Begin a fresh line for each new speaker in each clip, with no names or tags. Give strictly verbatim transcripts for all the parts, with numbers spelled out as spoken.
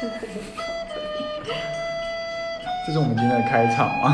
这是我们今天的开场吗？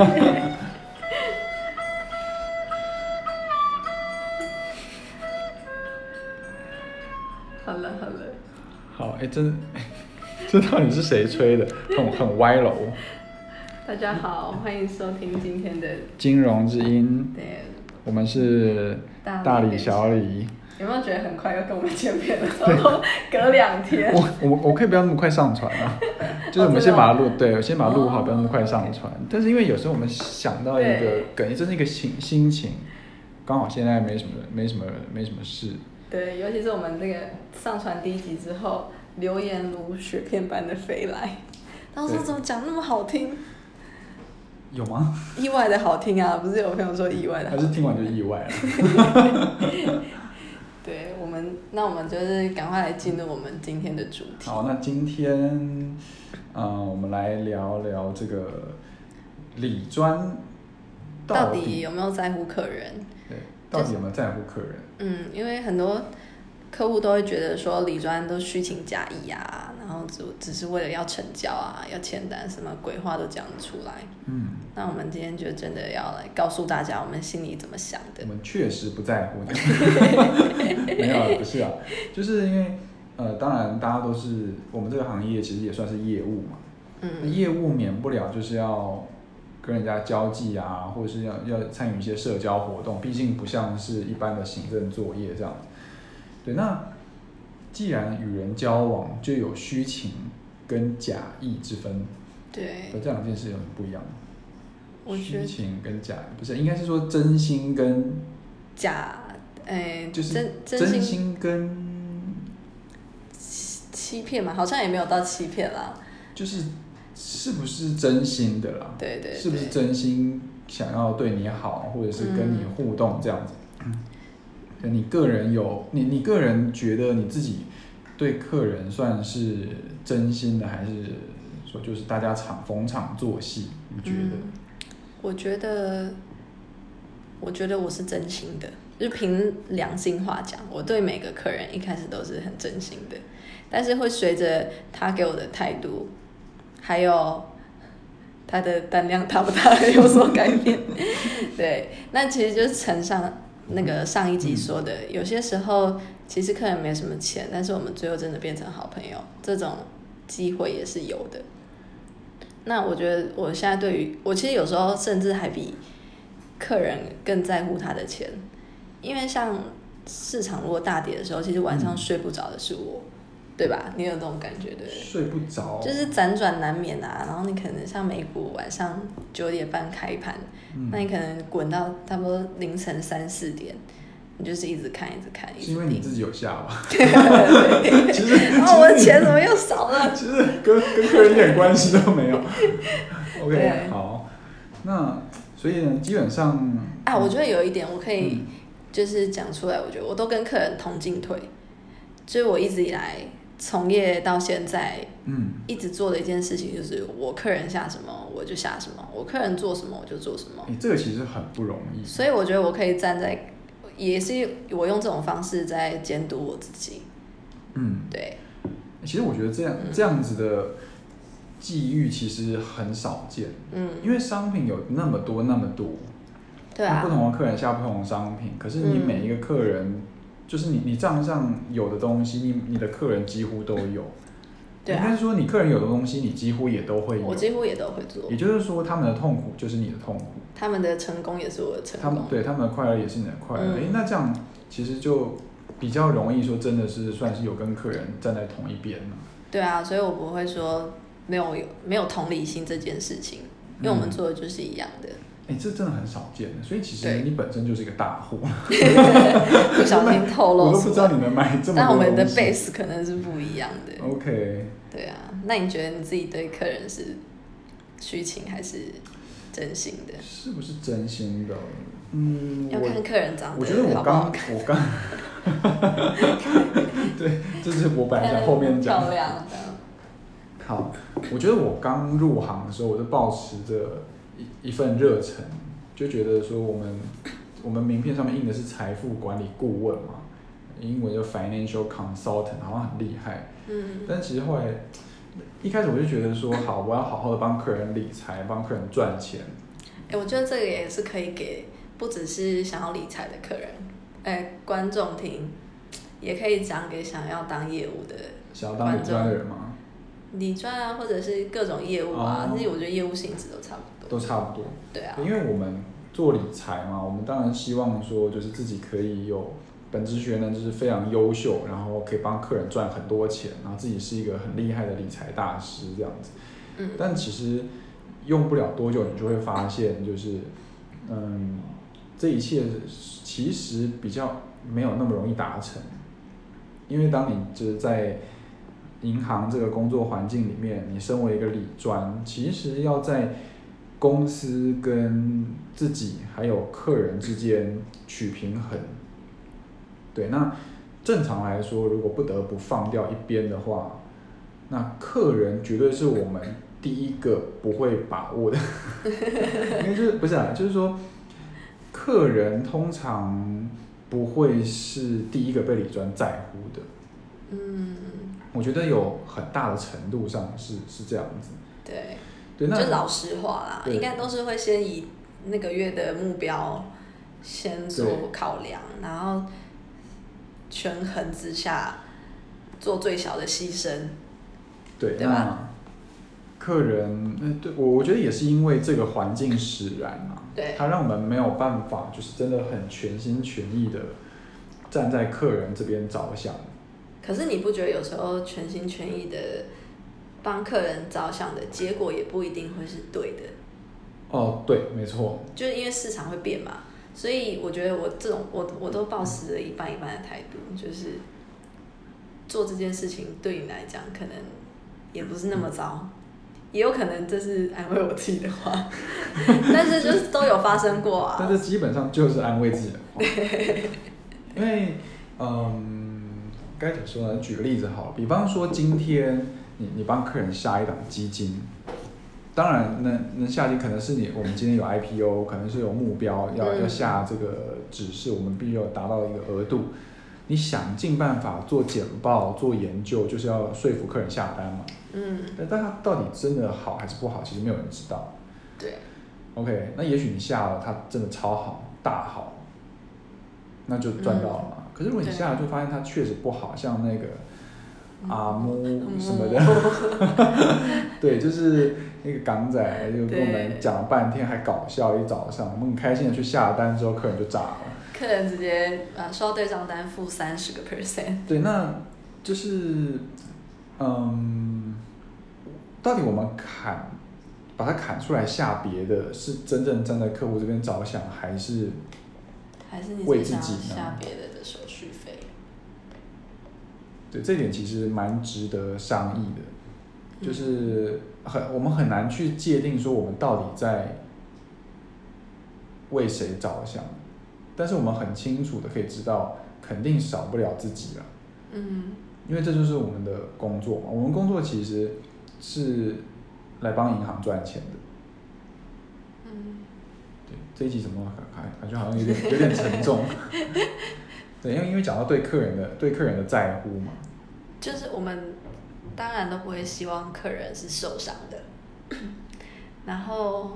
好了好了，
好，哎、欸，这这到底是谁吹的？很很歪楼。
大家好，欢迎收听今天的
金融之音。
对，
我们是大理小李。
有没有觉得很快又跟我们见面了？然后隔两天。
我我我可以不要那么快上传啊，就是我们先把它录，对，我先把它录好，不要那么快上传。但是因为有时候我们想到一个梗，真是一个心心情，刚好现在没什么没什么没什么事。
对，尤其是我们那个上传第一集之后，留言如雪片般的飞来，然后说怎么讲那么好听？
有吗？
意外的好听啊！不是有朋友说意外的好听，
还是听完就意外了？
对我们，那我们就是赶快来进入我们今天的主题。
好，那今天，呃，我们来聊聊这个理专
到底有没有在乎客人？
对，到底有没有在乎客人？
嗯，因为很多客户都会觉得说理专都虚情假意啊，然后只只是为了要成交啊，要签单，什么鬼话都讲得出来。
嗯，
那我们今天就真的要来告诉大家，我们心里怎么想的。
我们确实不在乎的，没有，不是啊，就是因为呃，当然大家都是我们这个行业其实也算是业务嘛，嗯，业务免不了就是要跟人家交际啊，或者是要要参与一些社交活动，毕竟不像是一般的行政作业这样子。对，那既然与人交往就有虚情跟假意之分，
对，
这两件事有很不一样。
我觉得
虚情跟假不是，应该是说真心跟
假，哎、欸，
就是
真
真心跟
欺骗嘛，好像也没有到欺骗啦，
就是是不是真心的啦？
对 对, 对，
是不是真心想要对你好，或者是跟你互动这样子？嗯，你个人有你你个人觉得你自己对客人算是真心的，还是说就是大家场逢场作戏？你觉得？
嗯，我觉得，我觉得我是真心的，就是凭良心话讲，我对每个客人一开始都是很真心的，但是会随着他给我的态度，还有他的单量大不大有所改变。对，那其实就是承上那个上一集说的，有些时候其实客人没什么钱，但是我们最后真的变成好朋友，这种机会也是有的。那我觉得我现在对于我其实有时候甚至还比客人更在乎他的钱，因为像市场如果大跌的时候，其实晚上睡不着的是我，对吧？你有这种感觉对不对？
睡不着，就是
辗转难眠啊。然后你可能像美股晚上九点半开盘，嗯，那你可能滚到差不多凌晨三四点。你就是一直看，一直看，一直
是因为你自己有下吧？
对对对，其实哦，我的钱怎么又少了？
其实跟跟客人一点关系都没有。OK， 好，那所以呢，基本上
啊，我觉得有一点我可以就是讲出来，我觉得我都跟客人同进退，就是我一直以来从业到现在，嗯，一直做的一件事情就是我客人下什么我就下什么，我客人做什么我就做什么。
欸，这个其实很不容易。
所以我觉得我可以站在。也是我用这种方式在监督我自己，嗯，对。
其实我觉得这样、嗯、这样子的际遇其实很少见，嗯，因为商品有那么多那么多，
对啊，
不同的客人下不同的商品，可是你每一个客人，嗯、就是你你账上有的东西，你你的客人几乎都有，对啊，应该说你客人有的东西，你几乎也都会有，
我几乎也都会做，
也就是说他们的痛苦就是你的痛苦。
他们的成功也是我的成功，
他们对他们的快乐也是你的快乐。哎、嗯，那这样其实就比较容易说，真的是算是有跟客人站在同一边了。
对啊，所以我不会说没有没有同理心这件事情，因为我们做的就是一样的。
哎、嗯，这真的很少见的，所以其实你本身就是一个大户。
不小心透露出来，
我都不知道你能卖这么多东西。
但我们的 base 可能是不一样的。
OK。
对啊，那你觉得你自己对客人是虚情还是真心的？
是不是真心的？嗯，
要看客人长得
我觉得我刚我刚，对，这是我本来想后面讲。
漂亮的。
好，我觉得我刚入行的时候，我就抱持着一一份热忱，就觉得说我们我们名片上面印的是财富管理顾问嘛，英文就 financial consultant， 好像很厉害。嗯。但其实后来一开始我就觉得说，好，我要好好的帮客人理财，帮客人赚钱。
哎，我觉得这个也是可以给不只是想要理财的客人，哎，观众听，也可以讲给想要当业务的
想要当理专的人吗？
理专啊，或者是各种业务啊，其实、哦、我觉得业务性质都差不多。
都差不多。
对啊。
因为我们做理财嘛，我们当然希望说，就是自己可以有本职学能，就是非常优秀，然后可以帮客人赚很多钱，然后自己是一个很厉害的理财大师这样子。嗯。但其实用不了多久，你就会发现，就是嗯，这一切其实比较没有那么容易达成，因为当你就是在银行这个工作环境里面，你身为一个理专，其实要在公司跟自己还有客人之间取平衡。对，那正常来说，如果不得不放掉一边的话，那客人绝对是我们第一个不会把握的，因为就是不是啊，就是说，客人通常不会是第一个被理专在乎的。嗯。我觉得有很大的程度上是是这样子。
对。对，那就老实话啦，应该都是会先以那个月的目标先做考量，然后权衡之下做最小的牺牲。
对，
对吧？
客人，嗯，对，我我觉得也是因为这个环境使然啊，
对，
它让我们没有办法，就是真的很全心全意的站在客人这边着想。
可是你不觉得有时候全心全意的帮客人着想的结果也不一定会是对的？
哦，对，没错。
就是因为市场会变嘛，所以我觉得我这种我我都抱持了一半一半的态度，就是做这件事情对你来讲可能也不是那么糟，嗯、也有可能这是安慰我自己的话，但是就是都有发生过啊。
但是基本上就是安慰自己的话，因为嗯。该怎么说呢？举个例子好了，比方说今天你你帮客人下一档基金，当然那那下基可能是你我们今天有 I P O， 可能是有目标要、嗯、要下这个指示，我们必须要达到一个额度。你想尽办法做简报、做研究，就是要说服客人下单嘛。嗯。但但它到底真的好还是不好，其实没有人知道。
对。
OK， 那也许你下了，它真的超好、大好，那就赚到了嘛。嗯，可是如果你下来就发现它确实不好，像那个阿木什么的，嗯、对，就是那个港仔就跟我们讲了半天，还搞笑一早上，我们很开心的去下单之后，客人就炸了，
客人直接呃收到对账单付三十个 percent。
对，那就是嗯，到底我们砍把它砍出来下别的，是真正站在客户这边着想，还是
还是你
为自己
呢？下别的的手续费？
对，这点其实蛮值得商议的，嗯、就是很我们很难去界定说我们到底在为谁着想，但是我们很清楚的可以知道，肯定少不了自己了。嗯，因为这就是我们的工作嘛，我们工作其实是来帮银行赚钱的。嗯，对，这一集怎么感觉好像有点有点沉重？对，因为因为讲到对客人的对客人的在乎嘛，
就是我们当然都不会希望客人是受伤的，然后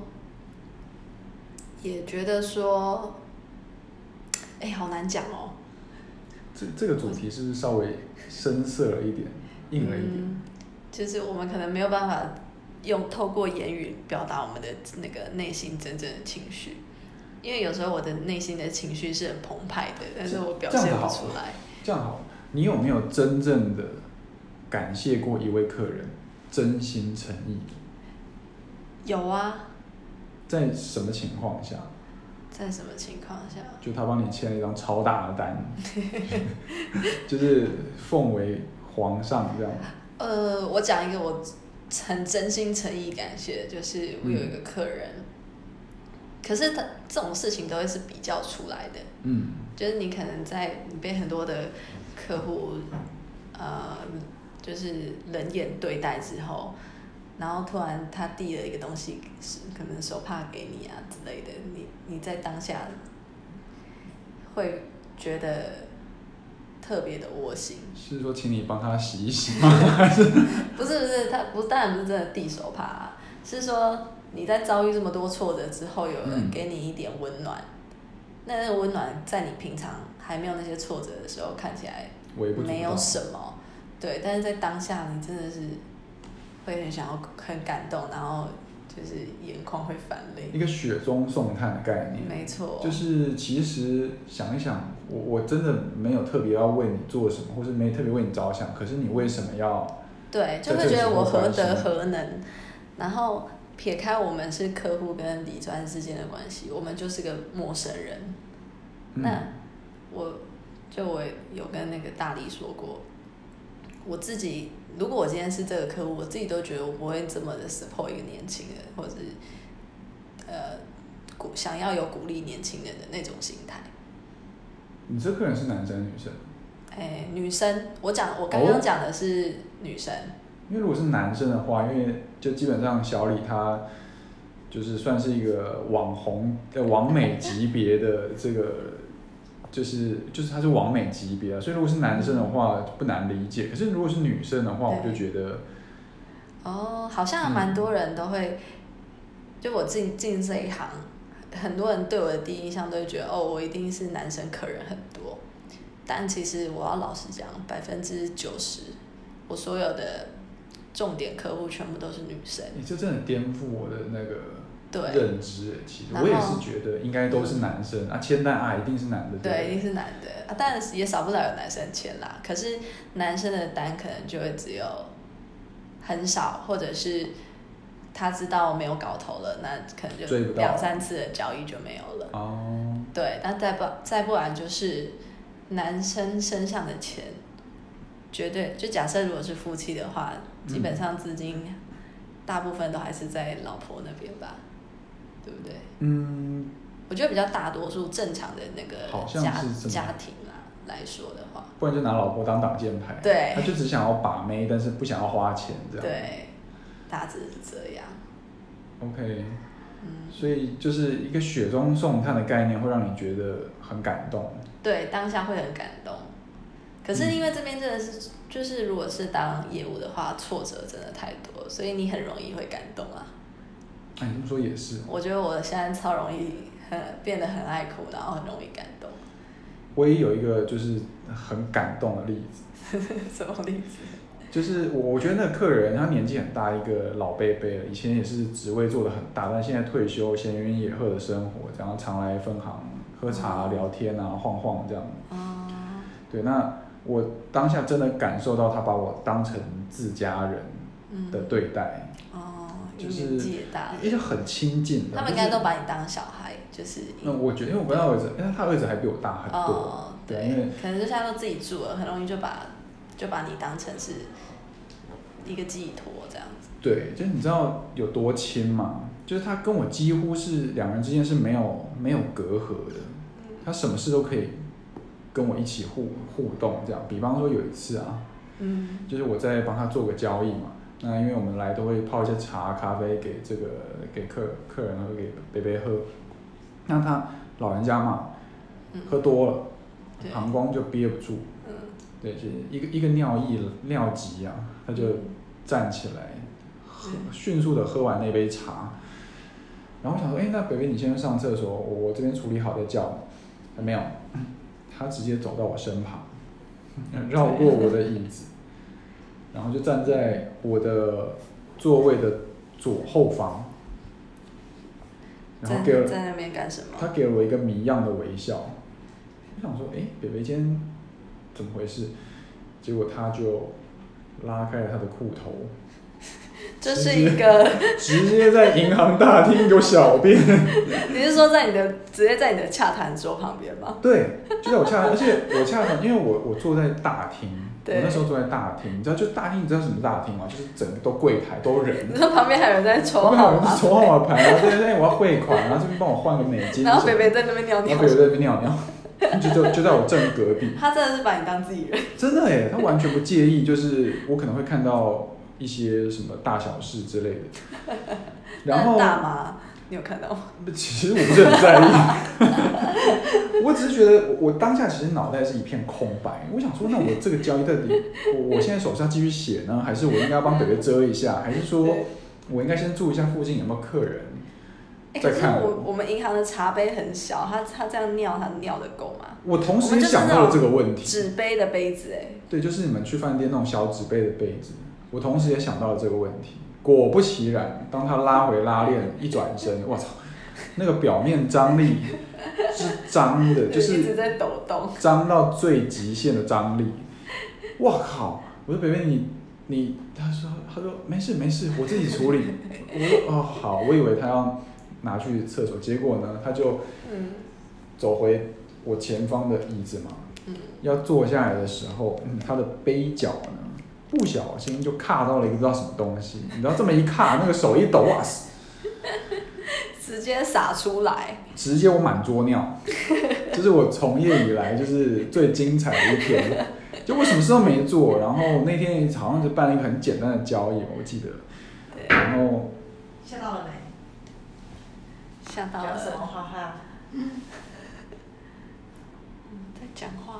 也觉得说，哎，好难讲哦。
这这个主题是不是稍微深色了一点，硬了一点？
嗯，就是我们可能没有办法用透过言语表达我们的那个内心真正的情绪。因为有时候我的内心的情绪是很澎湃的，但是我表现不出来。
这样好，你有没有真正的感谢过一位客人，真心诚意？
有啊。
在什么情况下？
在什么情况下？
就他帮你签了一张超大的单，就是奉为皇上这样。
呃，我讲一个我很真心诚意感谢的，就是我有一个客人。嗯，可是他这种事情都会是比较出来的，嗯，就是你可能在你被很多的客户，呃，就是冷眼对待之后，然后突然他递了一个东西，可能手帕给你啊之类的，你你在当下会觉得特别的窝心。
是说请你帮他洗一洗吗？还是
不是不是，他不当然不是真的递手帕、啊，是说你在遭遇这么多挫折之后，有人给你一点温暖。嗯、那那个温暖在你平常还没有那些挫折的时候，看起来没有什么，对，但是在当下你真的是会很想要很感动，然后就是眼眶会泛泪。
一个雪中送炭的概念，
没错。
就是其实想一想，我我真的没有特别要为你做什么，或是没特别为你着想，可是你为什么要？
对，就会觉得我何德何能，然后撇开我们是客户跟理专之间的关系，我们就是个陌生人。嗯、那我就我有跟那个大力说过，我自己如果我今天是这个客户，我自己都觉得我不会这么的 support 一个年轻人，或者是呃鼓想要有鼓励年轻人的那种心态。
你这客人是男生女生？
哎，女生，我讲我刚刚讲的是女生、哦。
因为如果是男生的话，因为就基本上小李他就是算是一个网红呃网美级别的这个，就是就是他是网美级别啊，所以如果是男生的话不难理解。可是如果是女生的话，我就觉得
哦，好像蛮多人都会，嗯、就我进进这一行，很多人对我的第一印象都会觉得哦，我一定是男生客人很多。但其实我要老实讲，百分之九十，我所有的重点客户全部都是女生。
你这真的颠覆我的那个认知。其实我也是觉得应该都是男生、嗯、啊，签单啊一定是男的。
对，一定是男的啊，但也少不了有男生签啦。可是男生的单可能就会只有很少，或者是他知道没有搞头了，那可能就两三次的交易就没有了。哦。对，但再不再不然就是男生身上的钱，绝对就假设如果是夫妻的话，基本上资金大部分都还是在老婆那边吧，对不对？嗯，我觉得比较大多数正常的那个家家庭啦来说的话，
不然就拿老婆当挡箭牌，
对，
他就只想要把妹，但是不想要花钱这样。
对，大致是这样。
OK。嗯，所以就是一个雪中送炭的概念，会让你觉得很感动。
对，当下会很感动。可是因为这边真的是，嗯、就是如果是当业务的话，挫折真的太多，所以你很容易会感动啊。
哎，你这么说也是。
我觉得我现在超容易很变得很爱哭，然后很容易感动。
我也有一个就是很感动的例子。
什么例子？
就是我，我觉得那个客人他年纪很大，一个老伯伯了，以前也是职位做得很大，但现在退休，闲云野鹤的生活，这样常来分行喝茶、聊天啊，晃晃这样。哦。对，那我当下真的感受到他把我当成自家人的对待。嗯、哦，就是年纪也大了，因为很亲近的。
他们应该都把你当小孩，就是。
那我觉得，因为我跟他儿子，因为他儿子还比我大很多。
哦，对，因为可能就现在都自己住了，很容易就把就把你当成是一个寄托这样子。
对，就是你知道有多亲吗？就是他跟我几乎是两人之间是没有没有隔阂的，他什么事都可以跟我一起互互动这样。比方说有一次啊，嗯，就是我在帮他做个交易嘛，那因为我们来都会泡一些茶咖啡给这个给客客人喝，给伯伯喝，那他老人家嘛，嗯、喝多了，膀胱就憋不住，嗯，对，就是一个一个尿意尿急啊，他就站起来，喝迅速的喝完那杯茶，然后我想说，哎，那北北你先上厕所，我这边处理好再叫你。没有，他直接走到我身旁，绕过我的椅子，然后就站在我的座位的左后方，
然后给了在那边干什么？
他给了我一个谜样的微笑。我想说，哎，北北今天怎么回事？结果他就拉开了他的裤头。
这是一个
直接在银行大厅有小便。
你是说在你的直接在你的洽谈桌旁边吗？
对，就在我洽谈，而且我洽谈，因为我我坐在大厅，我那时候坐在大厅，你知道就大厅，你知道什么大厅吗？就是整个都柜台都人。
你说旁边还有人在抽号码？
抽号码牌啊，对对，我要汇款，然后这边帮我换个美金。
然后北北在那边尿尿。
然后北北在那边尿尿。就就就在我正隔壁。
他真的是把你当自己人。
真的耶，他完全不介意，就是我可能会看到一些什么大小事之类的。然后
大麻， 你有看到吗？
其实我不是很在意，我只是觉得我当下其实脑袋是一片空白。我想说，那我这个交易到底，我我现在手上继续写呢，还是我应该帮北北遮一下，还是说我应该先注意一下附近有没有客人？
欸、可是我我们银行的茶杯很小，他他这样尿，他尿得够吗？
我同时也想到了这个问题。
纸杯的杯子，哎，
对，就是你们去饭店那种小纸杯的杯子，我同时也想到了这个问题。果不其然，当他拉回拉链一转身，我操，那个表面张力是张的，就是
一直在抖动，
张到最极限的张力。哇靠！我说北北你你，他说他说没事没事，我自己处理。我说哦好，我以为他要拿去厕所，结果呢他就走回我前方的椅子嘛，嗯、要坐下来的时候，嗯、他的杯角呢不小心就卡到了一个不知道什么东西，你知道这么一卡，那个手一抖，哇塞！
直接洒出来，
直接我满桌尿，这是我从业以来就是最精彩的一天。就我什么事都没做，然后那天好像就办了一个很简单的交易，我记得。然后
吓到了没？
吓到了。
讲什么话哈？
嗯，在讲话。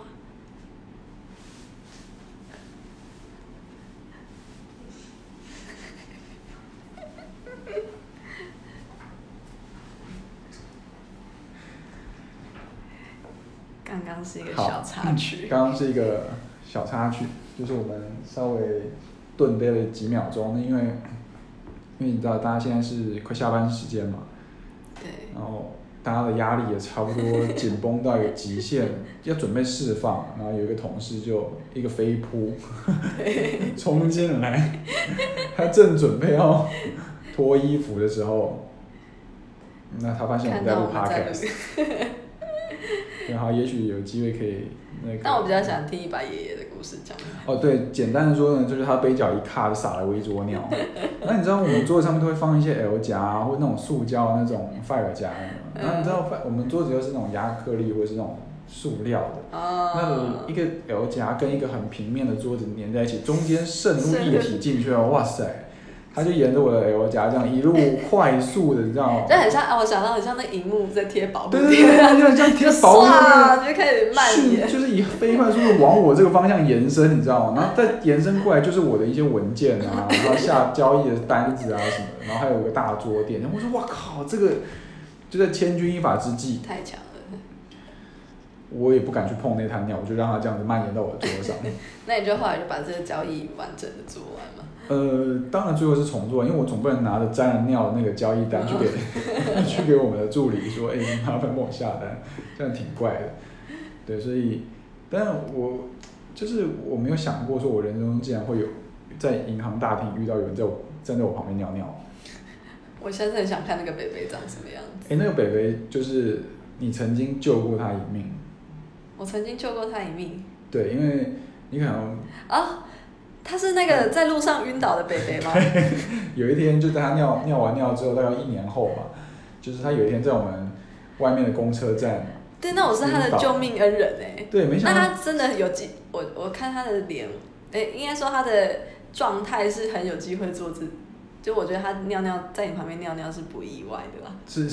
刚刚是一个小插曲。
刚刚是一个小插曲，就是我们稍微顿杯了几秒钟，因为因为你知道大家现在是快下班时间嘛，
对，
然后大家的压力也差不多紧绷到一个极限，要准备释放，然后有一个同事就一个飞扑冲进来，他正准备要脱衣服的时候，那他发现我们在录 podcast。然后也许有机会可以那个。
但我比较想听你把爷爷的故事讲。
哦，对，简单的说呢，就是他杯角一卡就洒了我一桌尿。那你知道我们桌子上面都会放一些 L 夹啊，或那种塑胶那种 Fire 夹，然后你知道我们桌子又是那种亚克力或者是那种塑料的，哦、那一个 L 夹跟一个很平面的桌子粘在一起，中间渗入液体进去了，哇塞！他就沿着我的 L 夹这样一路快速的这样，
就很像，我想到很像那荧幕在贴保护贴，
对对对，就很像贴保护贴，
就开始蔓延，
就是以飞快速度往我这个方向延伸，你知道吗？然后再延伸过来就是我的一些文件啊，然后下交易的单子啊什么的，然后还有个大桌垫。我说哇靠，这个就在千钧一发之际，
太强了。
我也不敢去碰那滩尿，我就让它这样子蔓延到我的桌上。
那你就后来就把这个交易完整的做完吗？
呃，当然最后是重做，因为我总不能拿着沾了尿的那个交易单去给、哦、去给我们的助理说，哎、欸，麻烦帮我下单，这样挺怪的。对，所以，但我就是我没有想过，说我人生中竟然会有在银行大厅遇到有人在我站在我旁边尿尿。
我现在很想看那个北北长什么样子。
哎、欸，那个北北就是你曾经救过他一命。
我曾经救过他一命。
对，因为你可能
啊。他是那个在路上晕倒的北北吗？
有一天，就在他尿尿完尿之后，大概一年后吧，就是他有一天在我们外面的公车站。
对，那我是他的救命恩人哎、欸。
对，没想到。
那他真的有机，我我看他的脸，哎、欸，应该说他的状态是很有机会做自，就我觉得他尿尿在你旁边尿尿是不意外的啦。
是。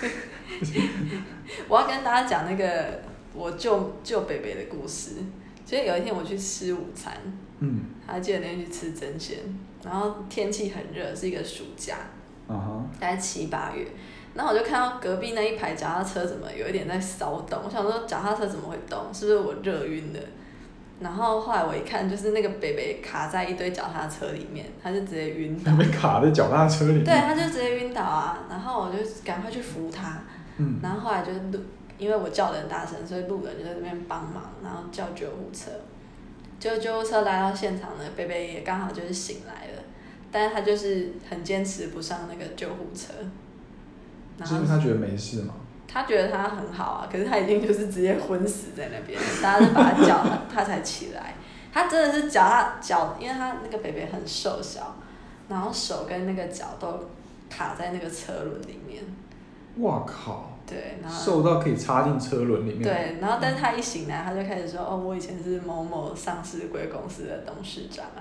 我要跟大家讲那个我救救北北的故事。其实有一天我去吃午餐，嗯，还记得那天去吃真鲜，然后天气很热，是一个暑假，嗯哼，大概七八月，然后我就看到隔壁那一排脚踏车怎么有一点在骚动，我想说脚踏车怎么会动，是不是我热晕的？然后后来我一看，就是那个北北卡在一堆脚踏车里面，他就直接晕倒。
被卡在脚踏车里面。
对，他就直接晕倒啊，然后我就赶快去扶他，嗯，然后后来就录。因为我叫得很大声，所以路人就在这边帮忙，然后叫救护车。就救护车来到现场呢，贝贝也刚好就是醒来了，但是他就是很坚持不上那个救护车。
是因为他觉得没事吗？
他觉得他很好啊，可是他已经就是直接昏死在那边，大家就把他叫，他才起来。他真的是脚他脚，因为他那个贝贝很瘦小，然后手跟那个脚都卡在那个车轮里面。
哇靠！
对，然后
瘦到可以插进车轮里面。
对，然后但是他一醒来，他就开始说：“哦，我以前是某某上市贵公司的董事长啊，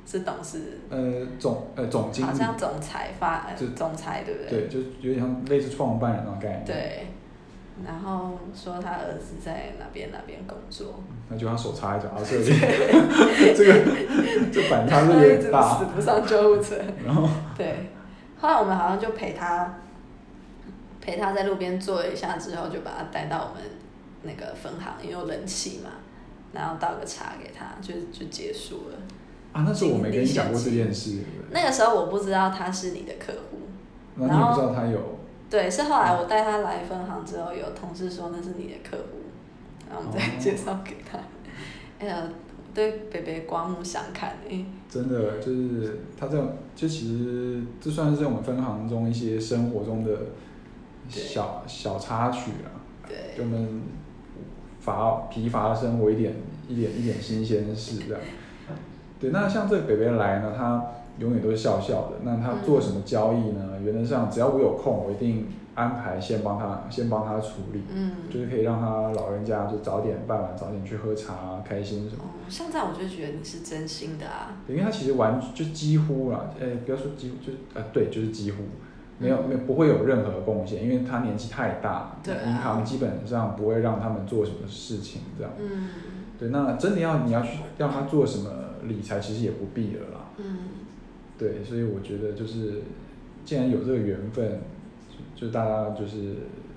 是董事。
呃，总呃总经理。
好像总裁发，呃、总裁对不对？
对，就有点像类似创办人那种概念。
对。然后说他儿子在哪边哪边工作。
那就他手插在脚踏车里，这个这反差是有点大。
死不上救护车。
然后。
对。后来我们好像就陪他，陪他在路边坐一下之后，就把他带到我们那个分行，因为有冷气嘛，然后倒个茶给他，就就结束了。
啊，那时候我没跟你讲过这件事，对不对？
那个时候我不知道他是你的客户。
那你也不知道他有。
对，是后来我带他来分行之后，有同事说那是你的客户，然后我们再介绍给他。哎呀、哦，对北北刮目相看哎。
真的就是他这种，就其实这算是我们分行中一些生活中的小小插曲啊。
对。
就我们乏疲乏的生活一点一点一点新鲜事这样。对，那像这个北北来呢，他永远都是笑笑的。那他做什么交易呢？嗯、原则上只要我有空，我一定安排先帮他先帮他处理。嗯。就是可以让他老人家就早点办完，早点去喝茶，开心什么。
哦，像这样我就觉得你是真心的啊。
对，因为他其实完就几乎啦，哎，不要说几乎，就是呃，对，就是几乎没有没有不会有任何贡献，因为他年纪太大，
对、啊，
银行基本上不会让他们做什么事情这样。
嗯。对，
那真的要你要去让他做什么理财，其实也不必了啦。
嗯。对，
所以我觉得就是，既然有这个缘分，就, 就大家就是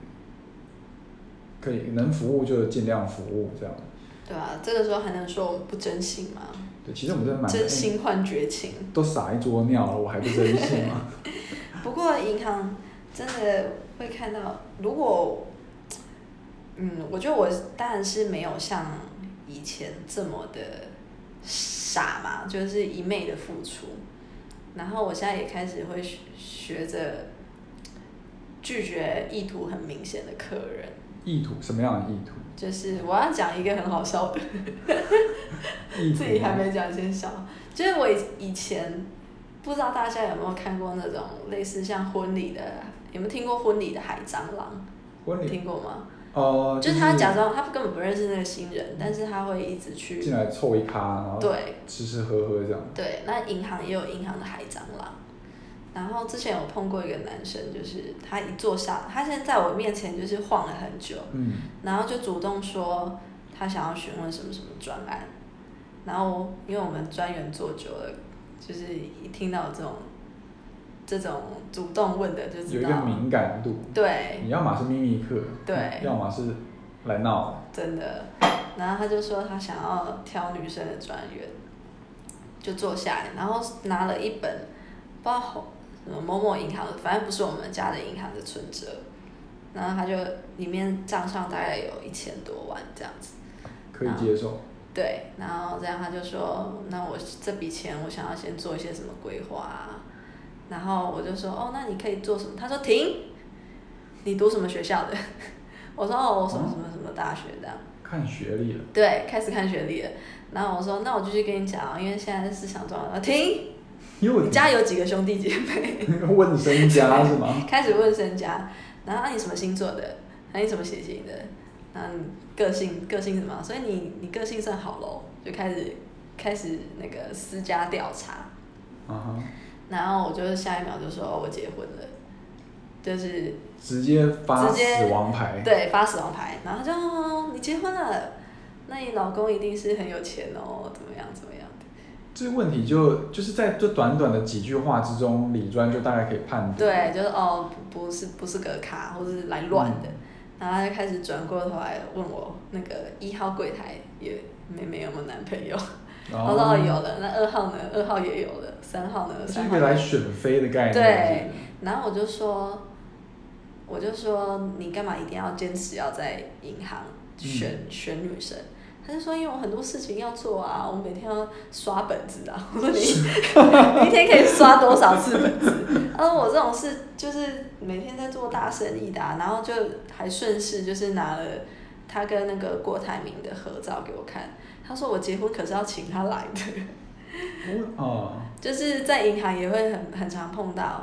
可以能服务就尽量服务这样。
对啊，这个时候还能说我们不真心吗？
对，其实我们真的蛮
真心换绝情。
都撒一桌尿了，我还不真心吗？
不过银行真的会看到，如果，嗯，我觉得我当然是没有像以前这么的傻嘛，就是一昧的付出。然后我现在也开始会学着拒绝意图很明显的客人。
意图什么样的意图？
就是我要讲一个很好笑的，自己还没讲先笑。就是我以前不知道大家有没有看过那种类似像婚礼的，有没有听过婚礼的海蟑螂？
婚礼
听过吗？
哦、呃，
就是他假装他根本不认识那个新人，但是他会一直去
进来凑一咖，然后
对
吃吃喝喝这样。
对，那银行也有银行的海蟑螂。然后之前有碰过一个男生，就是他一坐下，他现在在我面前就是晃了很久，嗯，然后就主动说他想要询问什么什么专案，然后因为我们专员做久了，就是一听到这种这种主动问的就知道
有一个敏感度，
对，
你要么是秘密客，
对，
要么是来闹的，
真的。然后他就说他想要挑女生的专员，就坐下来，然后拿了一本不知道什么某某银行的，反正不是我们家的银行的存折，然后他就里面账上大概有一千多万这样子，
可以接受。
对，然后这样他就说，那我这笔钱我想要先做一些什么规划啊，然后我就说，哦，那你可以做什么？他说停，你读什么学校的？我说哦，我什么什么什么大学这样。
看学历了。
对，开始看学历了。然后我说，那我继续跟你讲，因为现在市场状况，停。你家有几个兄弟姐妹？
问身家是吗？
开始问身家，然后、啊、你什么星座的？那、啊、你什么血型的？然后你个性个性什么？所以你你个性算好咯，就開始開始那個私家調查。Uh huh. 然後我就下一秒就說、哦、我結婚了，就是
直接發死亡牌。
對，發死亡牌，然後就、哦、你結婚了，那你老公一定是很有錢哦，怎麼樣怎麼樣。
這個問題就就是在這短短的幾句話之中，理專就大概可以判斷。
對，就是哦，不是不是個咖，或者是來亂的。嗯、然後他就開始轉過頭來問我，那個一號櫃台也妹妹有沒有男朋友？哦、我說哦有了，那二號呢？二號也有了，三號呢？三號。
是一個來選妃的概念。
對，然後我就說，我就說你幹嘛一定要堅持要在銀行選、嗯、選女生？他就說：“因為我很多事情要做啊，我每天要刷本子啊。”我說你：“你一天可以刷多少次本子？”他說：“我這種事就是每天在做大生意的、啊，然後就還順勢就是拿了他跟那個郭台銘的合照給我看。他說我結婚可是要請他來的。”哦，就是在銀行也會很很常碰到，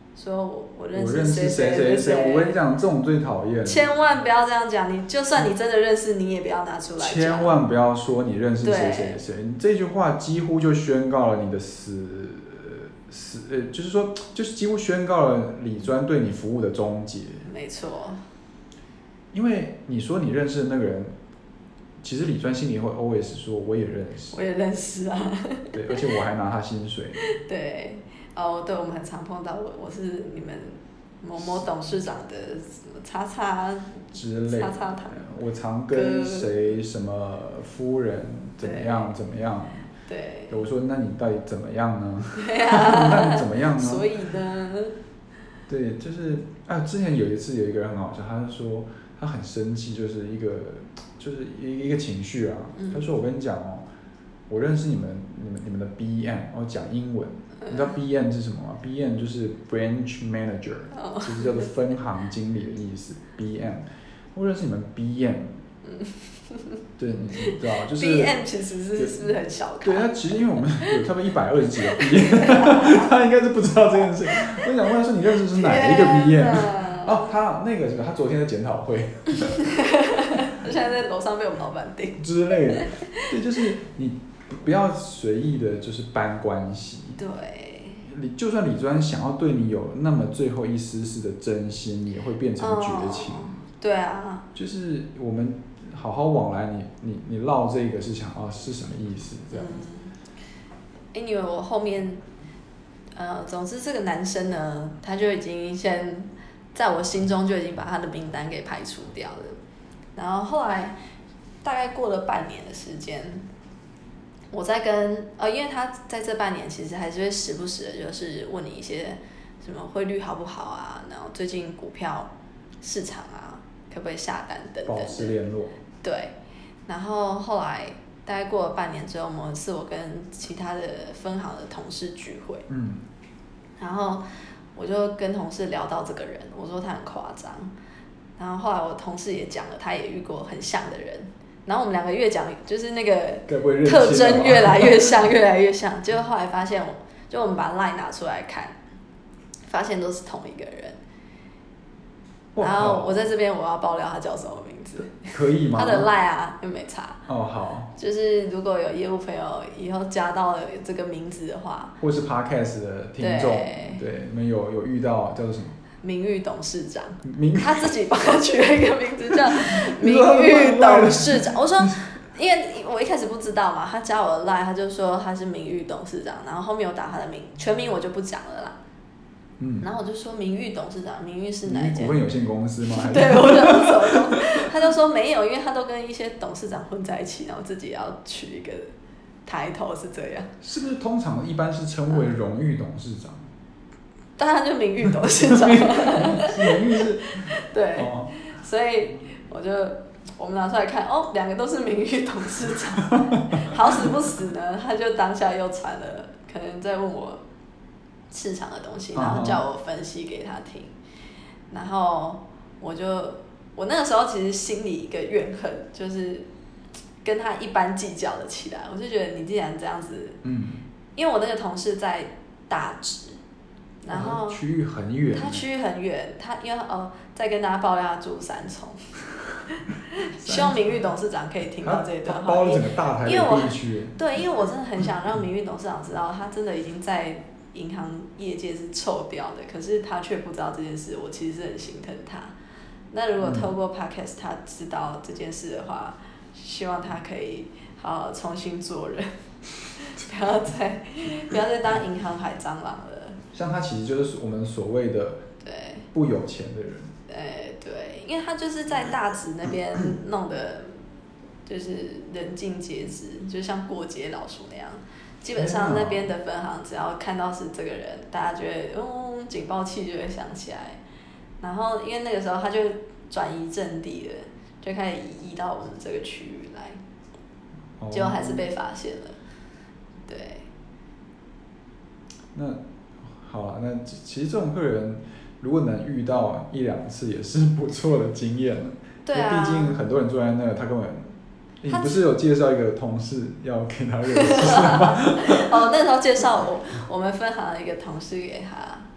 说我我认
识谁
谁
谁谁，我跟你讲，这种最讨厌。
千万不要这样讲，你就算你真的认识，你也不要拿出来讲。
千万不要说你认识谁谁谁，这句话几乎就宣告了你的死死呃，就是说，就是几乎宣告了理专对你服务的终结。
没错。
因为你说你认识的那个人，其实理专心里会 always 说我也认识，
我也认识啊。对，
而且我还拿他薪水。
对。哦，对，我们很常碰到我，我是你们某某董事长的什么叉叉
之类的，
叉叉堂，
我常跟谁什么夫人怎么样怎么样。
对。
我说那你到底怎么样呢？
对啊。
那你怎么样呢？
所以呢？
对，就是啊，之前有一次有一个人很好笑，他就说他很生气，就是一个就是一一个情绪啊。嗯、他说我跟你讲哦，我认识你们你们你们的 B M， 我讲英文。你知道 B M 是什么吗 ？B M 就是 Branch Manager，
哦、
就是叫做分行经理的意思。B M， 我认识你们 B M， 嗯，对，你知道，就是
B M 其实是是不是很小咖？
对，他其实因为我们有差不多一百二十几个 B M， 他应该是不知道这件事。我想问他说，你认识是哪一个 B M？ 哦，他那个什么，他昨天在检讨会，
他现在在楼上被我们老板盯
之类的。对，就是你不要随意的，就是搬关系。
对，
你就算理专想要对你有那么最后一丝丝的真心，也会变成绝情。哦、
对啊，
就是我们好好往来，你你你唠这个是想啊是什么意思这样子？
哎、嗯，因为我后面，呃，总之这个男生呢，他就已经先在我心中就已经把他的名单给排除掉了。然后后来大概过了半年的时间。我在跟呃，因为他在这半年其实还是会时不时的，就是问你一些什么汇率好不好啊，然后最近股票市场啊，可不可以下单等等的。
保持联络。
对，然后后来大概过了半年之后，某一次我跟其他的分行的同事聚会，嗯，然后我就跟同事聊到这个人，我说他很夸张，然后后来我同事也讲了，他也遇过很像的人。然后我们两个越讲，就是那个特征越来越像，越来越像。结果后来发现，就我们把 LINE 拿出来看，发现都是同一个人。然后我在这边我要爆料他叫什么名字？
可以吗？
他的 LINE 啊，又没差。
哦，好。
就是如果有业务朋友以后加到了这个名字的话，
或是 Podcast 的听众，对，你们有有遇到叫做什么？
名誉董事长，他自己帮他取了一个名字叫名誉董事长。我说，因为我一开始不知道嘛，他加我的 LINE， 他就说他是名誉董事长，然后后面有打他的名，全名我就不讲了啦。嗯，然后我就说名誉董事长，名誉是哪一间？
股份有限公司吗？
对，我想是什么公司？他就说没有，因为他都跟一些董事长混在一起，然后自己要取一个抬头是这样。
是不是通常一般是称为荣誉董事长？嗯，
当然就名誉董事长，
名誉是，
对，哦、所以我就我们拿出来看，哦，两个都是名誉董事长，好死不死呢，他就当下又传了，可能在问我市场的东西，然后叫我分析给他听，然后我就我那个时候其实心里一个怨恨，就是跟他一般计较了起来，我就觉得你既然这样子，嗯，因为我那个同事在大直。然后
区域很远，
他区域很远，他因为哦，再跟大家爆料，他住三重，希望名誉董事长可以听到这一段话。
包了整个大台北地区。
对，因为我真的很想让名誉董事长知道，他真的已经在银行业界是臭掉的，可是他却不知道这件事，我其实是很心疼他。那如果透过 Podcast 他知道这件事的话，希望他可以好好重新做人，不要再不要再当银行海蟑螂了。
像他其实就是我们所谓的不有钱的人。
对对，因为他就是在大直那边弄的，就是人尽皆知，就像过街老鼠那样。基本上那边的分行只要看到是这个人，大家就会嗯警报器就会响起来。然后因为那个时候他就转移阵地了，就开始移到我们这个区域来，结果还是被发现了。对。
那。好啊，那其实这种客人如果能遇到一两次也是不错的经验了。
对啊。
毕竟很多人坐在那，他根本，你不是有介绍一个同事要给他认识吗？
哦，那时候介绍我我们分行的一个同事给他，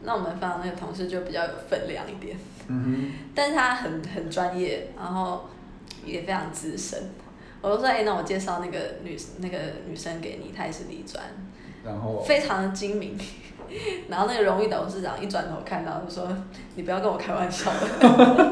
那我们方那个同事就比较有分量一点，
嗯哼，
但是他很很专业，然后也非常资深。我就说，哎、欸，那我介绍那个女那个女生给你，她也是理专，
然后
非常的精明。然后那个荣誉董事长一转头看到就说：“你不要跟我开玩笑了。”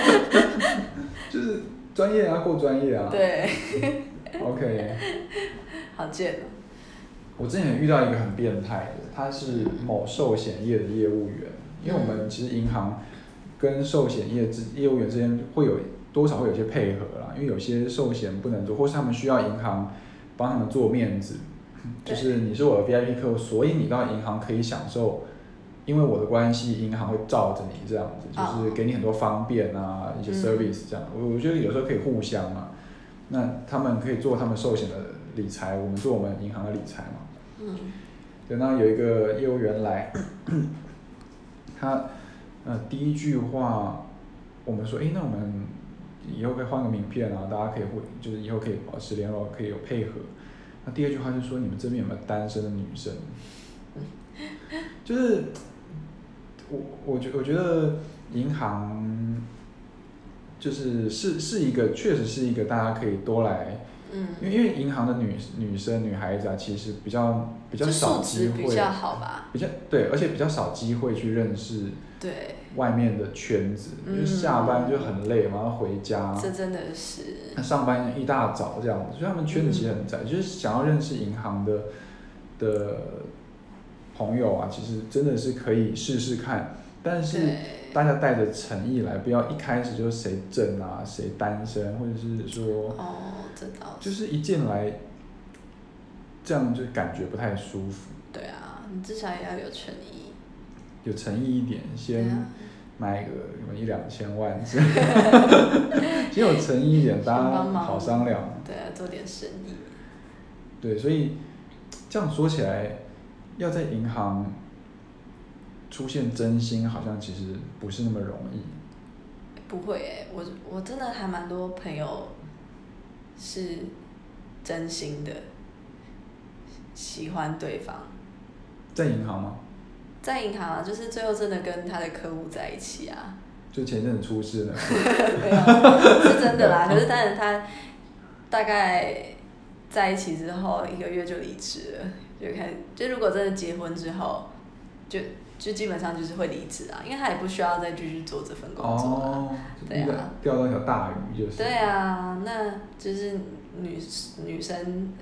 就是专业啊，够专业啊。
对。
OK。
好贱哦。
我之前遇到一个很变态的，他是某寿险业的业务员，因为我们其实银行跟寿险业之业务员之间会有多少会有些配合啦，因为有些寿险不能做，或是他们需要银行帮他们做面子。就是你是我的 V I P 客户，所以你到银行可以享受，因为我的关系，银行会罩着你这样子，就是给你很多方便啊，一些 service 这样。我、嗯、我觉得有时候可以互相嘛。那他们可以做他们寿险的理财，我们做我们银行的理财嘛。嗯。对，那有一个业务员来，他呃第一句话，我们说，哎，那我们以后可以换个名片啊，大家可以互，就是以后可以保持联络，可以有配合。那第二句话就说，你们这边有没有单身的女生？就是我我觉我觉得银行就是是是一个确实是一个大家可以多来，嗯，因为因为银行的女女生女孩子啊，其实比较比较少机会，
比较好吧，
比较对，而且比较少机会去认识对外面的圈子，嗯、因为下班就很累嘛，要回家，
这真的是，
上班一大早这样子，所以他们圈子其实很窄，嗯、就是想要认识银行的的朋友啊，其实真的是可以试试看，但是大家带着诚意来，不要一开始就谁正啊，谁单身，或者是说，
哦，这倒
是，就是一进来，这样就感觉不太舒服。
对啊，你至少也要有诚意，
有诚意一点，先买个什么一两千万，先有诚意一点，大家好商量。
对啊，做点生意。
对，所以这样说起来，要在银行出现真心，好像其实不是那么容易。
不会诶，我我真的还蛮多朋友是真心的喜欢对方。
在银行吗？
在银行啊，就是最后真的跟他的客户在一起啊。
就前阵子出事了。
没有，是真的啦。可是当然他大概在一起之后一个月就离职了，就开始就如果真的结婚之后，就就基本上就是会离职啊，因为他也不需要再继续做这份工作啊。
哦，
对啊，
钓到一条大鱼就是。
对啊，那就是女女生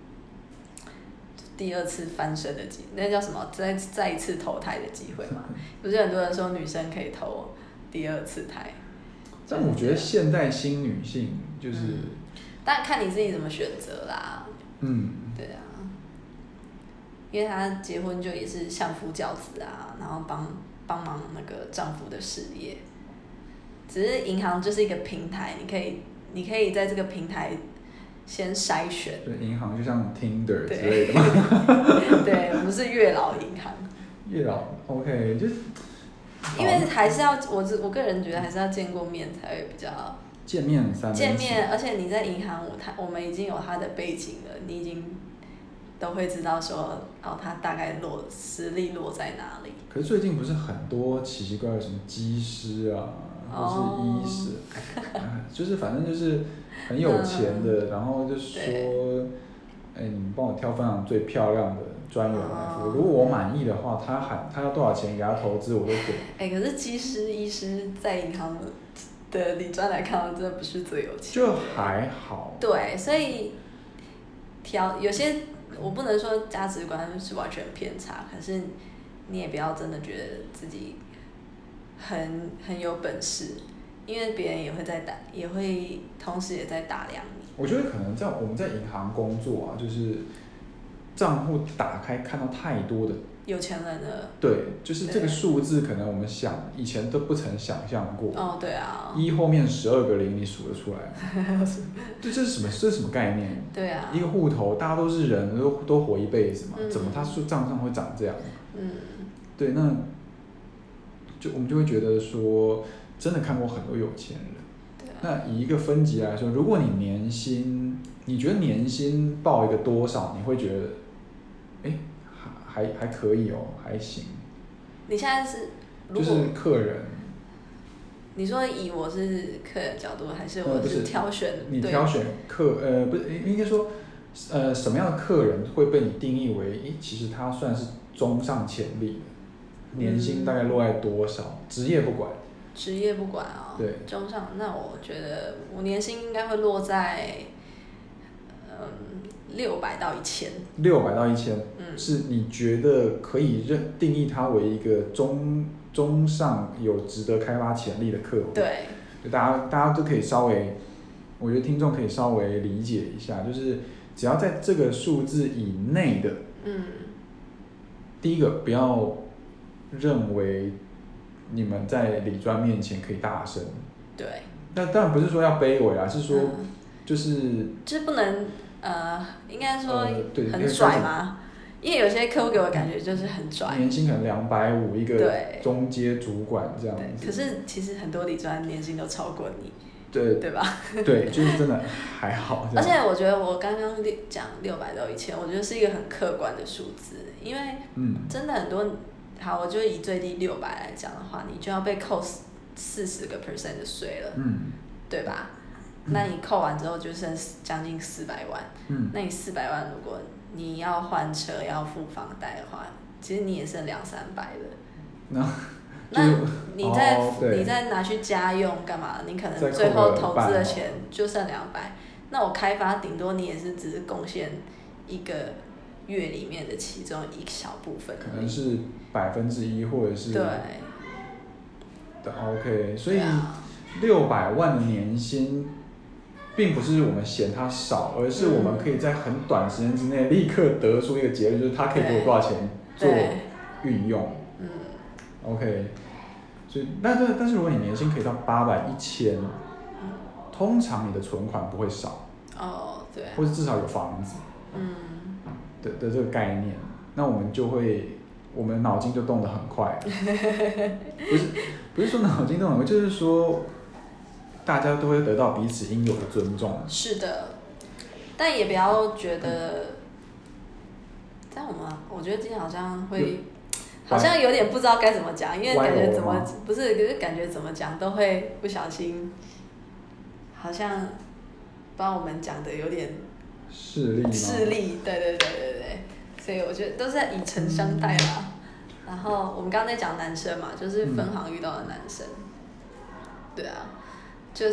第二次翻身的机，那叫什么？再再一次投胎的机会嘛？不是很多人说女生可以投第二次胎？
但我觉得现代新女性就是，嗯、
但看你自己怎么选择啦。嗯，对啊，因为她结婚就也是相夫教子啊，然后帮帮忙那个丈夫的事业。只是银行就是一个平台，你可以你可以在这个平台先筛选。
对，银行就像 Tinder 之类的嘛。
对，我们是月老银行。
月老 ，OK， 就
因为还是要我我个人觉得还是要见过面才会比较。
见面三。
见面，而且你在银行，我他我们已经有他的背景了，你已经都会知道说，哦，他大概落实力落在哪里。
可是最近不是很多奇奇怪怪什么机师啊，或是医师，哦、就是反正就是很有钱的，嗯、然后就说，哎，你帮我挑分行最漂亮的专员来服务，哦、如果我满意的话，他喊他要多少钱给他投资，我都给。
哎，可是机师、医师在银行的理专来看，真的不是最有钱。
就还好。
对，所以挑有些我不能说价值观是完全偏差，可是你也不要真的觉得自己很很有本事，因为别人也会在打，也会同时也在打量你。
我觉得可能在我们在银行工作啊，就是账户打开看到太多的
有钱人了。
对，就是这个数字，可能我们想以前都不曾想象过。
哦，对啊。一
后面十二个零，你数得出来吗？对，这是什么？这是什么概念？
对啊。
一个户头，大家都是人，都都活一辈子嘛，嗯、怎么他数账上会长这样？嗯。对，那就我们就会觉得说，真的看过很多有钱人。对啊。那以一个分级来说，如果你年薪，你觉得年薪报一个多少，你会觉得，哎？还还可以哦，还行。
你现在是
就是客人。
你说以我是客人角度，还是我是挑选？
呃、你挑选客呃不是应该说呃什么样的客人会被你定义为，诶其实他算是中上潜力的，年薪大概落在多少？职、嗯、业不管。
职业不管啊、哦。对。中上，那我觉得我年薪应该会落在嗯六百到一千。
六百到一千，嗯，是你觉得可以认定义它为一个中。中上有值得开发潜力的客户，
对，
就大家大家都可以稍微，我觉得听众可以稍微理解一下，就是只要在这个数字以内的，嗯，第一个不要认为你们在理专面前可以大声，
对，
但当然不是说要卑微啦，是说就是、嗯、
就是不能呃，应该说很拽吗？因为有些客户给我的感觉就是很拽，
年薪可能两百五一个中阶主管这样子。
可是其实很多理专年薪都超过你，
对
对吧？
对，就是真的还好。
而且我觉得我刚刚讲六百到一千，我觉得是一个很客观的数字，因为真的很多，嗯、好，我就以最低六百来讲的话，你就要被扣四十个 percent 的税了，嗯，对吧？嗯、那你扣完之后就剩将近四百万，嗯，那你四百万如果你要换车要付房贷的话，其实你也剩两三百了。No, 那你再、哦、你再拿去家用干嘛？你可能最后投资的钱就剩两百。那我开发顶多你也是只是贡献一个月里面的其中一小部分，
可能是百分之一或者是
对。
OK， 所以六百万的年薪。并不是我们嫌它少，而是我们可以在很短时间之内立刻得出一个结论，就是它可以给我多少钱做运用。嗯 ，OK， 所以但是但是如果你年薪可以到八百、一千，通常你的存款不会少。
哦，对。
或是至少有房子。嗯。的的这个概念，那我们就会，我们脑筋就动得很快。不是不是说脑筋动得很快，就是说。大家都会得到彼此应有的尊重。
是的，但也不要觉得，这样吗？我觉得今天好像会，好像有点不知道该怎么讲，因为感觉怎么不是，可是感觉怎么讲都会不小心，好像把我们讲的有点
势利。
势利，对对对对对，所以我觉得都是在以诚相待啦。嗯、然后我们刚才讲男生嘛，就是分行遇到的男生，嗯、对啊。就是，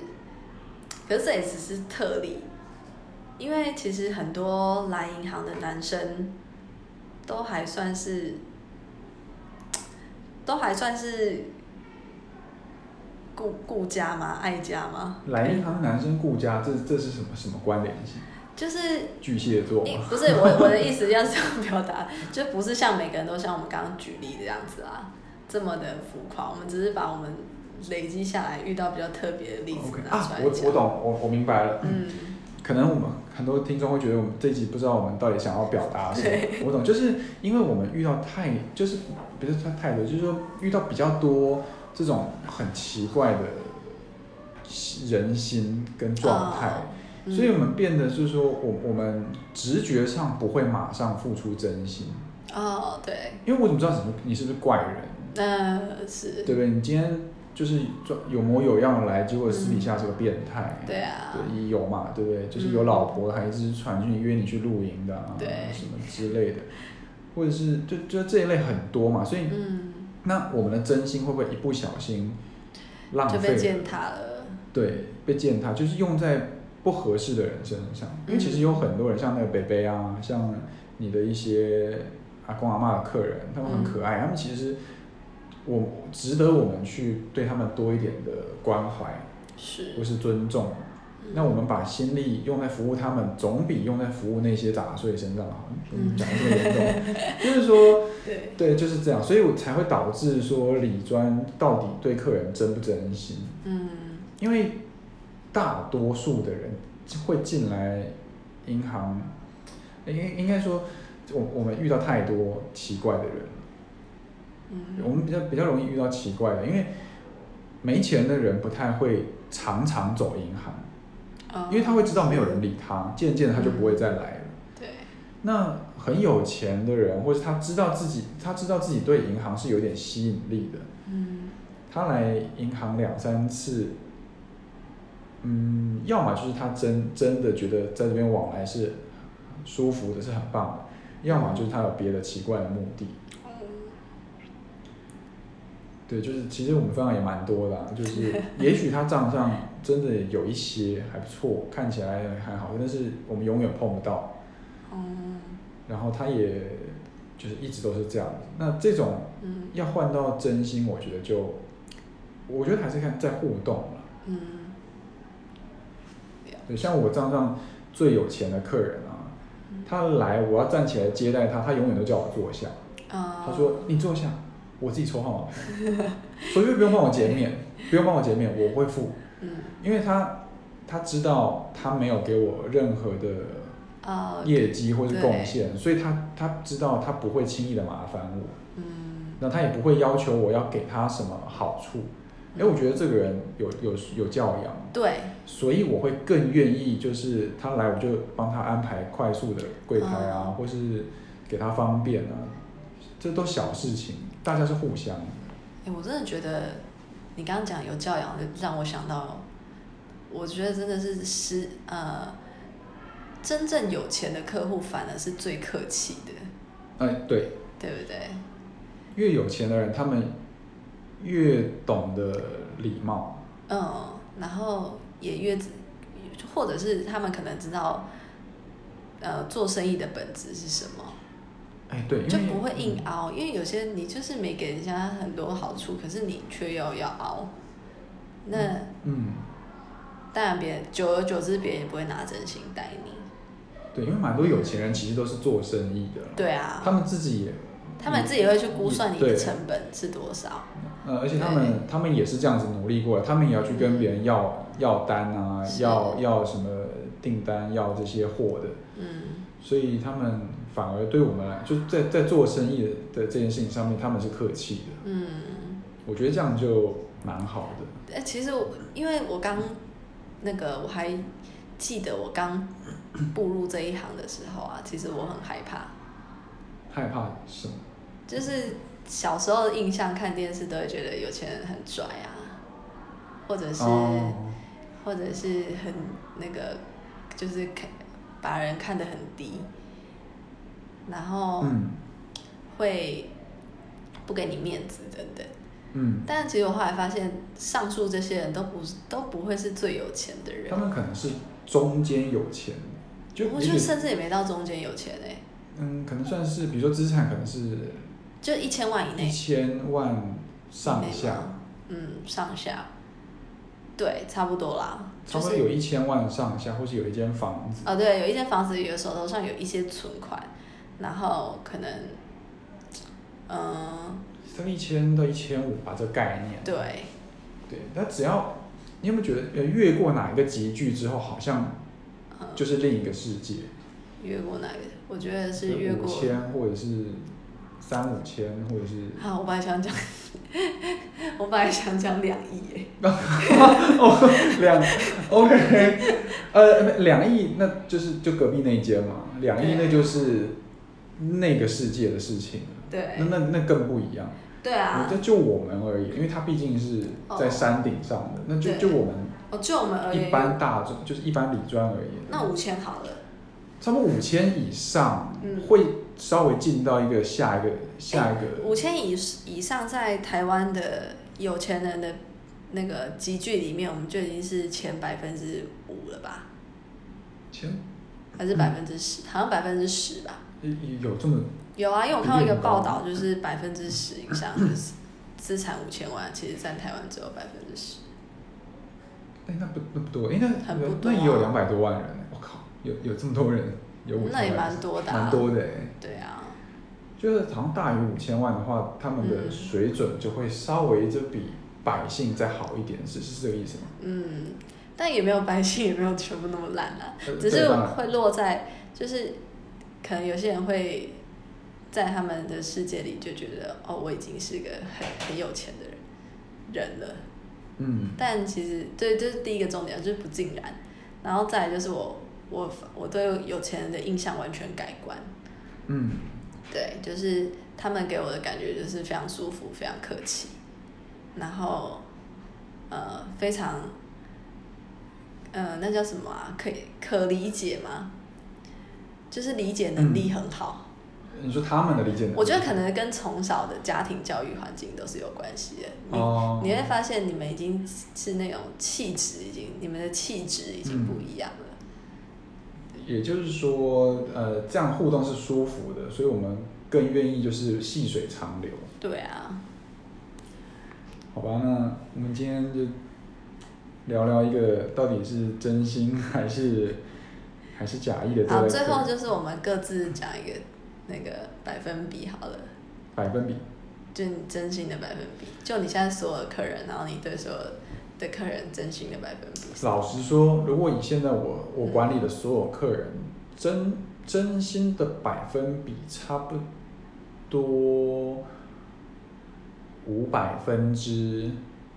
可是这也只是特例，因为其实很多来银行的男生，都还算是，都还算是顾顾家吗？爱家吗？
来银行的男生顾家，这这是什么什么关联性？
就是
巨蟹座吗？
不是我我的意思要这样表达，就不是像每个人都像我们刚刚举例这样子啊，这么的浮夸。我们只是把我们累积下来遇到比较特别的例子拿出来讲。
啊，我我懂，我我明白了。嗯，可能我们很多听众会觉得我们这一集不知道我们到底想要表达什么。我懂，就是因为我们遇到太，就是不是太太多，就是说遇到比较多这种很奇怪的人心跟状态。哦嗯、所以我们变得就是说，我我们直觉上不会马上付出真心。
哦，对。
因为我怎么知道什么你是不是怪人？
呃，是。
对不对？你今天就是有模有样的来，结果私底下是个变态。
嗯、对啊。
对，有嘛，对不对？就是有老婆孩子传讯约你去露营的啊，
对，
什么之类的，或者是就就这一类很多嘛。所以，嗯、那我们的真心会不会一不小心浪费了？
就被践踏了。
对，被践踏，就是用在不合适的人身上，因为其实有很多人，像那个北北啊，像你的一些阿公阿嬷的客人，他们很可爱，嗯、他们其实我值得我们去对他们多一点的关怀，
是，
或是尊重。嗯、那我们把心力用在服务他们，总比用在服务那些杂碎身上好。嗯，讲得这么严重，就是说，
对
对，就是这样，所以我才会导致说理专到底对客人真不真心？嗯，因为大多数的人会进来银行，应应该说，我我们遇到太多奇怪的人，嗯，我们比较比较容易遇到奇怪的，因为没钱的人不太会常常走银行，哦、因为他会知道没有人理他，渐渐他就不会再来了。
对，
那很有钱的人，或是他知道自己他知道自己对银行是有点吸引力的，
嗯，
他来银行两三次，嗯，要么就是他真真的觉得在这边往来是舒服的，是很棒的，要么就是他有别的奇怪的目的。对，就是其实我们分享也蛮多的、啊，就是也许他账上真的有一些还不错，看起来还好，但是我们永远碰不到。
嗯，
然后他也就是一直都是这样子。那这种要换到真心，我觉得就，我觉得还是看在互动了。
嗯，
对，像我账上最有钱的客人啊，他来我要站起来接待他，他永远都叫我坐下。
哦、
他说你坐下。我自己抽号码牌，所以不用帮我减免，不用帮我减免，我会付。嗯，因为他他知道他没有给我任何的业绩或是贡献，所以他他知道他不会轻易的麻烦我。嗯，那他也不会要求我要给他什么好处。哎、嗯，我觉得这个人有有有教养，
对，
所以我会更愿意，就是他来我就帮他安排快速的柜台啊，嗯、或是给他方便啊，这都小事情。大家是互相的。
欸，我真的觉得你刚刚讲有教养，让我想到，我觉得真的是是呃，真正有钱的客户反而是最客气的。
哎，对，
对不对？
越有钱的人，他们越懂得礼貌。
嗯，然后也越，或者是他们可能知道，呃，做生意的本质是什么。
哎，对，
就不会硬凹，因为有些你就是没给人家很多好处，可是你却又要凹，那嗯，当然别久而久之，别人也不会拿真心待你。
对，因为蛮多有钱人其实都是做生意的。
对啊。
他们自己也，
他们自己也会去估算你的成本是多少。
呃，而且他们他们也是这样子努力过来，他们也要去跟别人要、嗯、要单啊，要要什么订单，要这些货的。嗯。所以他们反而对我们来，就在在做生意的这件事情上面，他们是客气的。嗯，我觉得这样就蛮好的。
哎，其实我因为我刚那个我还记得我刚步入这一行的时候啊，其实我很害怕。
害怕什么？
就是小时候的印象，看电视都会觉得有钱人很拽啊，或者是、哦、或者是很那个，就是看。把人看得很低，然后会不给你面子等等。嗯，但其实我后来发现，上述这些人都不是都不会是最有钱的人。
他们可能是中间有钱，
就我觉得甚至也没到中间有钱哎、欸。
嗯，可能算是，比如说资产可能是
就一千万以内，
一千万上下。
嗯，上下。对，差不多啦。
差不多有一千万上下，或是有一间房子。
哦，对，有一间房子，有手头上有一些存款，然后可能，嗯。
大概一千到一千五吧，这个概念。
对。
对，那只要你有没有觉得，呃，越过哪一个级距之后，好像就是另一个世界。
嗯、越过哪个？我觉得是越过。
五千，或者是三五千，或者是。
好，我本来想讲。我本来想讲两亿耶，
哦，两 ，OK， 呃，两亿那就是就隔壁那一间嘛，两亿那就是那个世界的事情，
对，
那那那更不一样，
对啊，
就就我们而已，因为它毕竟是在山顶上的，哦、那就就我们，
哦，就我们而已，
一般大众就是一般理专而已，
那五千好了，
差不多五千以上，嗯，会稍微进到一个下一个下一个，
五千以以上在台湾的有钱人的那个集聚里面，我们就已经是前百分之五了吧？
前
还是百分之十？好像百分之十吧。
有这么？
有啊，因为我看到一个报道，就是百分之十以上就是资产五千万，其实占台湾只有百分之十。
哎，那不那不多，哎，那
很不多、啊，
那也有两百多万人，我靠，有有这么多人，有五千万，
那也蛮多的、啊，
蛮多的哎。
对啊。
就是好像大于五千万的话，他们的水准就会稍微就比百姓再好一点，是是这个意思吗？
嗯，但也没有百姓也没有全部那么烂啦，只是会落在就是可能有些人会在他们的世界里就觉得哦，我已经是个很很有钱的人人了。嗯。但其实对，这、就是第一个重点，就是不尽然。然后再来就是我我我对有钱人的印象完全改观。
嗯，
对，就是他们给我的感觉就是非常舒服，非常客气，然后呃非常呃那叫什么啊？可以可理解吗？就是理解能力很好。
嗯、你说他们的理解能力，
我觉得可能跟从小的家庭教育环境都是有关系的。你、哦、你会发现你们已经是那种气质，已经你们的气质已经不一样了。
嗯、也就是说，呃，这样互动是舒服的，所以我们更愿意就是细水长流。
对啊。
好吧，那我们今天就聊聊一个到底是真心还是还是假意的这个。
好，最后就是我们各自讲一个那个百分比好了。
百分比？
就你真心的百分比，就你现在所有的客人，然后你对所有的客人真心的百分比。
老实说，如果以现在我我管理的所有客人，嗯、真真心的百分比差不多五百分之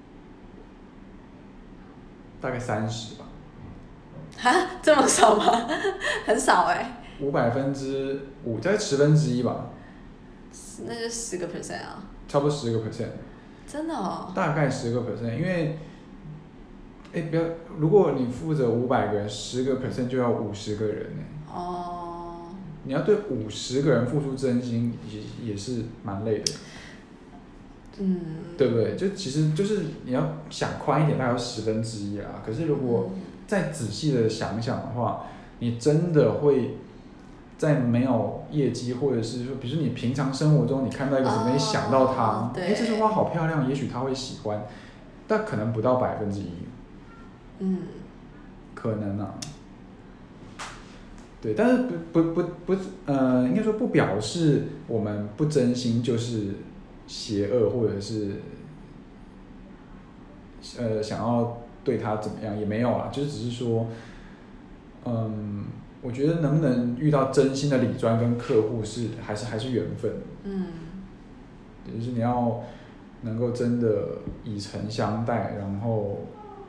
大概三十吧。
哈，这么少吗？很少哎、欸。
五百分之五，大概十分之一吧。
那就十个 percent 啊。
差不多十个 percent。
真的哦。
大概十个 percent， 因为，哎，不要，如果你负责五百个人，十个 percent 就要五十个人呢。哦。你要对五十个人付出真心，也也是蛮累的。嗯。对不对？就其实就是你要想宽一点，大概有十分之一啦。可是如果再仔细的想一想的话，你真的会在没有业绩，或者是说，比如说你平常生活中你看到一个什么，你、oh, 想到它，哎，这枝花好漂亮，也许他会喜欢，但可能不到百分之一。嗯。可能啊。对，但是不不不不，呃，应该说不表示我们不真心就是邪恶，或者是呃想要对他怎么样，也没有啦，就只是说，嗯，我觉得能不能遇到真心的理专跟客户是还是还是缘分。嗯。就是你要能够真的以诚相待，然后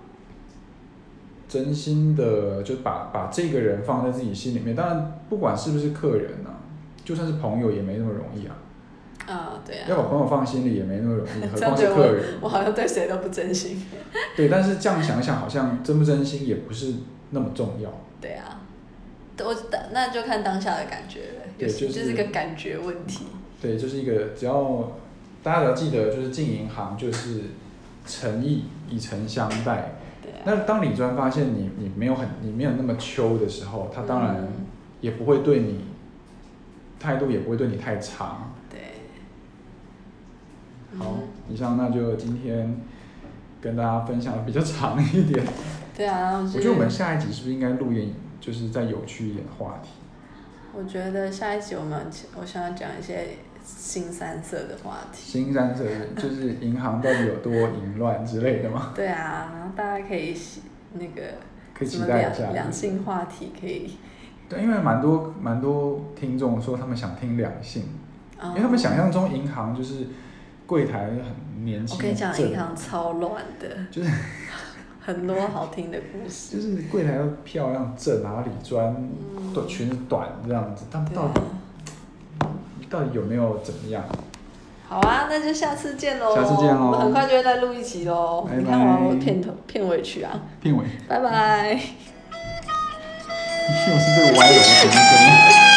真心的就把把这个人放在自己心里面。当然，不管是不是客人啊，就算是朋友也没那么容易啊。
啊，对啊。
要把朋友放心里也没那么容易，何况是客人。
我, 我好像对谁都不真心。
对，但是这样想想，好像真不真心也不是那么重要。
对啊，我那就看当下的感觉了。
对，就是
就是一个感觉问题。
对，就是一个只要大家只要记得，就是进银行就是诚意，以诚相待。对啊。那当理专发现你你没有很你没有那么秋的时候，他当然也不会对你、嗯、态度也不会对你太差。
对。
好，以上那就今天跟大家分享的比较长一点。
对啊，我
觉得我们下一集是不是应该录一就是再有趣一点的话题？
我觉得下一集我们我想要讲一些新三色的话题。
新三色就是银行到底有多淫乱之类的吗？
对啊，然后大家可以那个
可以期待一下
两性话题可以。
对，因为蛮多蛮多听众说他们想听两性，哦、因为他们想象中银行就是柜台很年轻。
我跟你讲，银行超乱的，
就是
很多好听的故事。
就是柜台又漂亮正，然后理专短裙子短这样子，他们到底、啊、到底有没有怎么样？
好啊，那就下次见喽！
下次见喽！
我们很快就会再录一集喽。你看完我片头片尾曲啊。
片尾。
拜拜。
又是这个歪楼的声音。